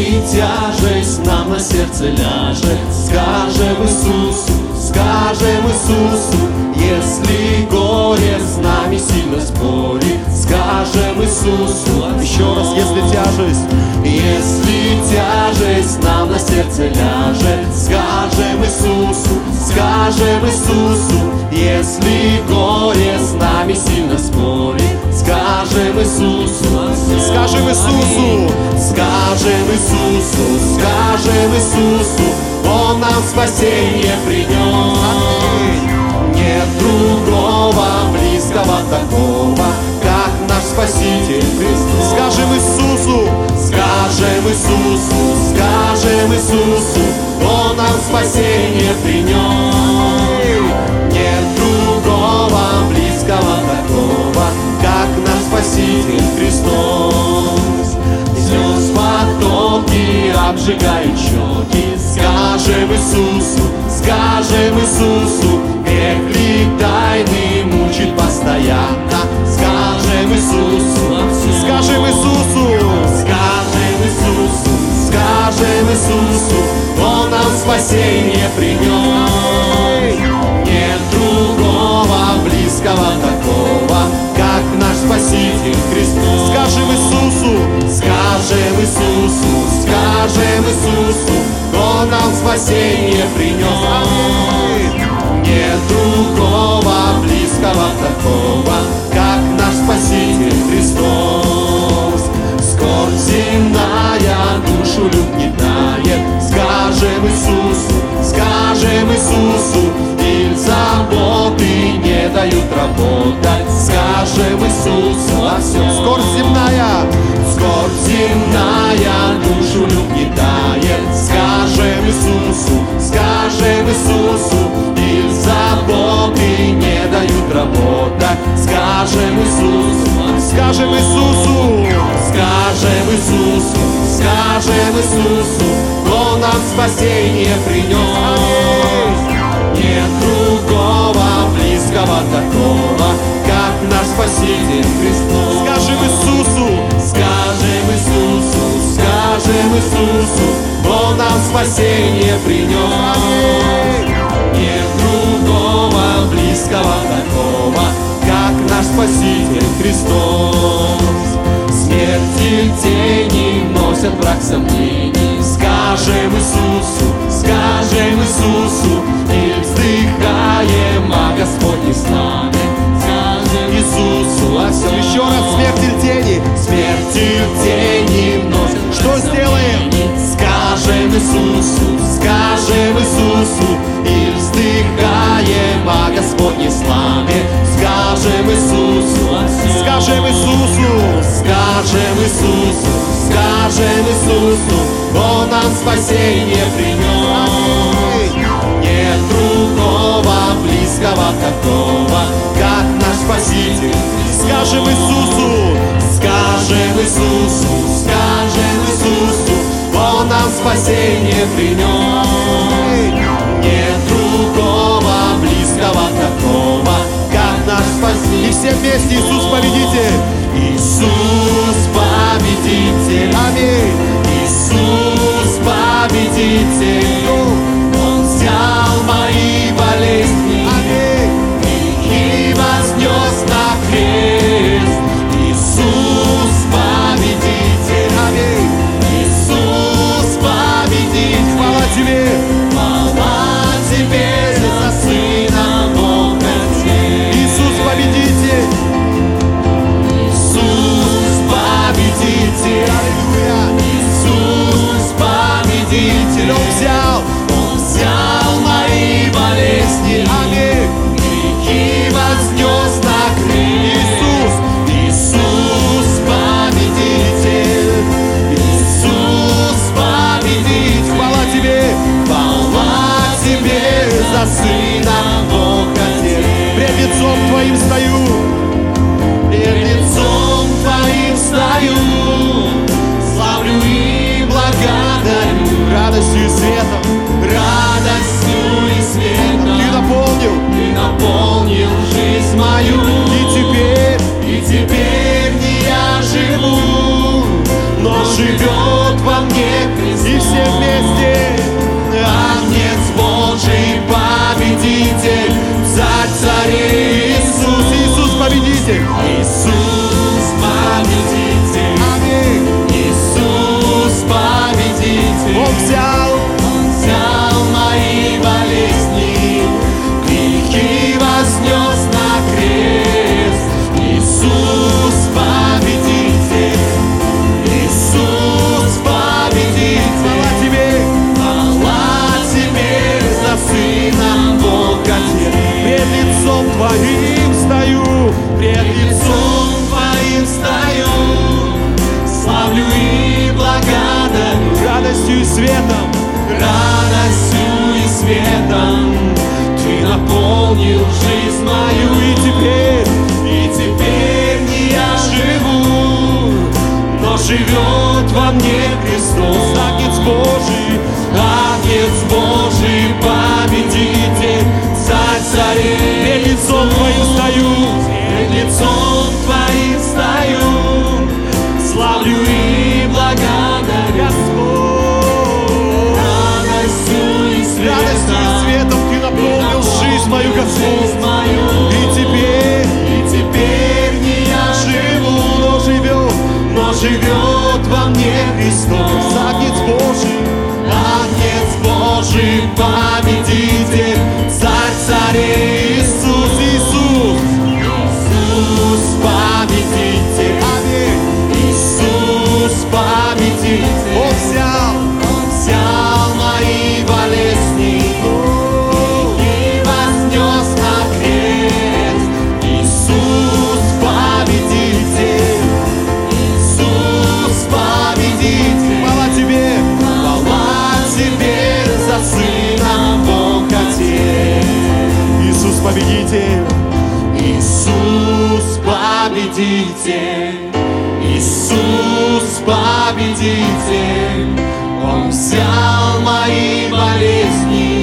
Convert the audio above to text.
Если тяжесть нам на сердце ляжет, скажем Иисусу, скажем Иисусу. Если горе с нами сильно спорит, скажем Иисусу. Еще раз, если тяжесть нам на сердце ляжет, скажем Иисусу, скажем Иисусу. Если горе с нами сильно спорит, скажем Иисусу. Скажем Иисусу, скажем Иисусу, скажем Иисусу. Он нам спасение принес. Нет другого близкого такого, как наш Спаситель Христос. скажем Иисусу, скажем Иисусу, скажем Иисусу. Он нам спасение принес. Нет другого близкого такого, как наш Спаситель Христос. Слез потоки обжигают щеки, скажем Иисусу, скажем Иисусу. Грех ли тайный мучит постоянно, скажем Иисусу, скажем Иисусу, скажем Иисусу, скажем Иисусу. Он нам спасение принес. Нет другого близкого такого, как наш Спаситель Христос. скажем Иисусу, скажем Иисусу, скажем Иисусу. Он нам спасение принес. Нет другого близкого такого, как наш Спаситель Христос. Скорбь земная душу угнетает, скажем Иисусу, скажем Иисусу. И заботы не дают работать, скажем Иисусу во всем. скорбь земная, душу угнетает, скажем Иисусу, скажем Иисусу. И заботы не дают работать, скажем Иисусу, скажем Иисусу, скажем Иисусу, скажем Иисусу. Он нам спасение принес. Нет другого близкого такого, как наш Спаситель Христос. скажем Иисусу, скажем Иисусу, скажем Иисусу. Он нам спасение принес. Нет другого близкого такого, как наш Спаситель Христос. Смерти тени носят враг сомнений, скажем Иисусу, скажем Иисусу. И вздыхаем о Господней славе, скажем Иисусу о всем. еще раз, смерть тени, носят. что сделаем? Скажем Иисусу, скажем Иисусу. И вздыхаем о Господней славе, скажем Иисусу, скажем Иисусу, скажем Иисусу, скажем Иисусу. Он нам спасение принес. Нет другого близкого такого, как наш Спаситель. скажем Иисусу, скажем Иисусу, скажем Иисусу. Он нам спасение принес. Нет другого близкого такого, как наш Спаситель. и все вместе Иисус победитель, Иисус победитель. аминь, Иисус победитель. Он взял мои болезни, аминь, грехи вознес на крест. Иисус победитель. аминь, Иисус победитель. хвала тебе, Хвала тебе за Сына Бога Отец. Иисус победитель, Иисус победитель. аллилуйя, Иисус победитель. Он взял мои болезни, аминь, грехи вознес на крест. Иисус победитель. Иисус победитель. хвала тебе, Хвала победитель. Иисус победитель. Аминь. Иисус победитель. Он взял мои болезни, грехи вознес на крест. Иисус победитель. Иисус победитель. Слава тебе. Хвала тебе за Сына Бога Отец. Пред лицом Твоим стою. Пред лицом Твоим стою, славлю и благодарю. Радостью и светом. Радостью и светом Ты наполнил жизнь мою. И теперь не я живу, но живет во мне Христос. Агнец Божий. Агнец Божий, победитель, царь царей. Пред лицом Твоим стою. Пред лицом Твоим стою, славлю и благодарю. Господь. Радостью и Радостью и светом Ты наполнил жизнь мою, Господь. И теперь не я живу, но живет во мне Христос. Агнец Божий. Агнец Божий, победитель, царь царей. Иисус, Иисус, Иисус победитель. Аминь. Иисус победитель. Он взял мои болезни и вознес на крест. Иисус победитель. Иисус победитель. Слава тебе. Хвала тебе за Сына Бог Отец. Иисус победитель. Иисус победитель. Иисус победитель. Он взял мои болезни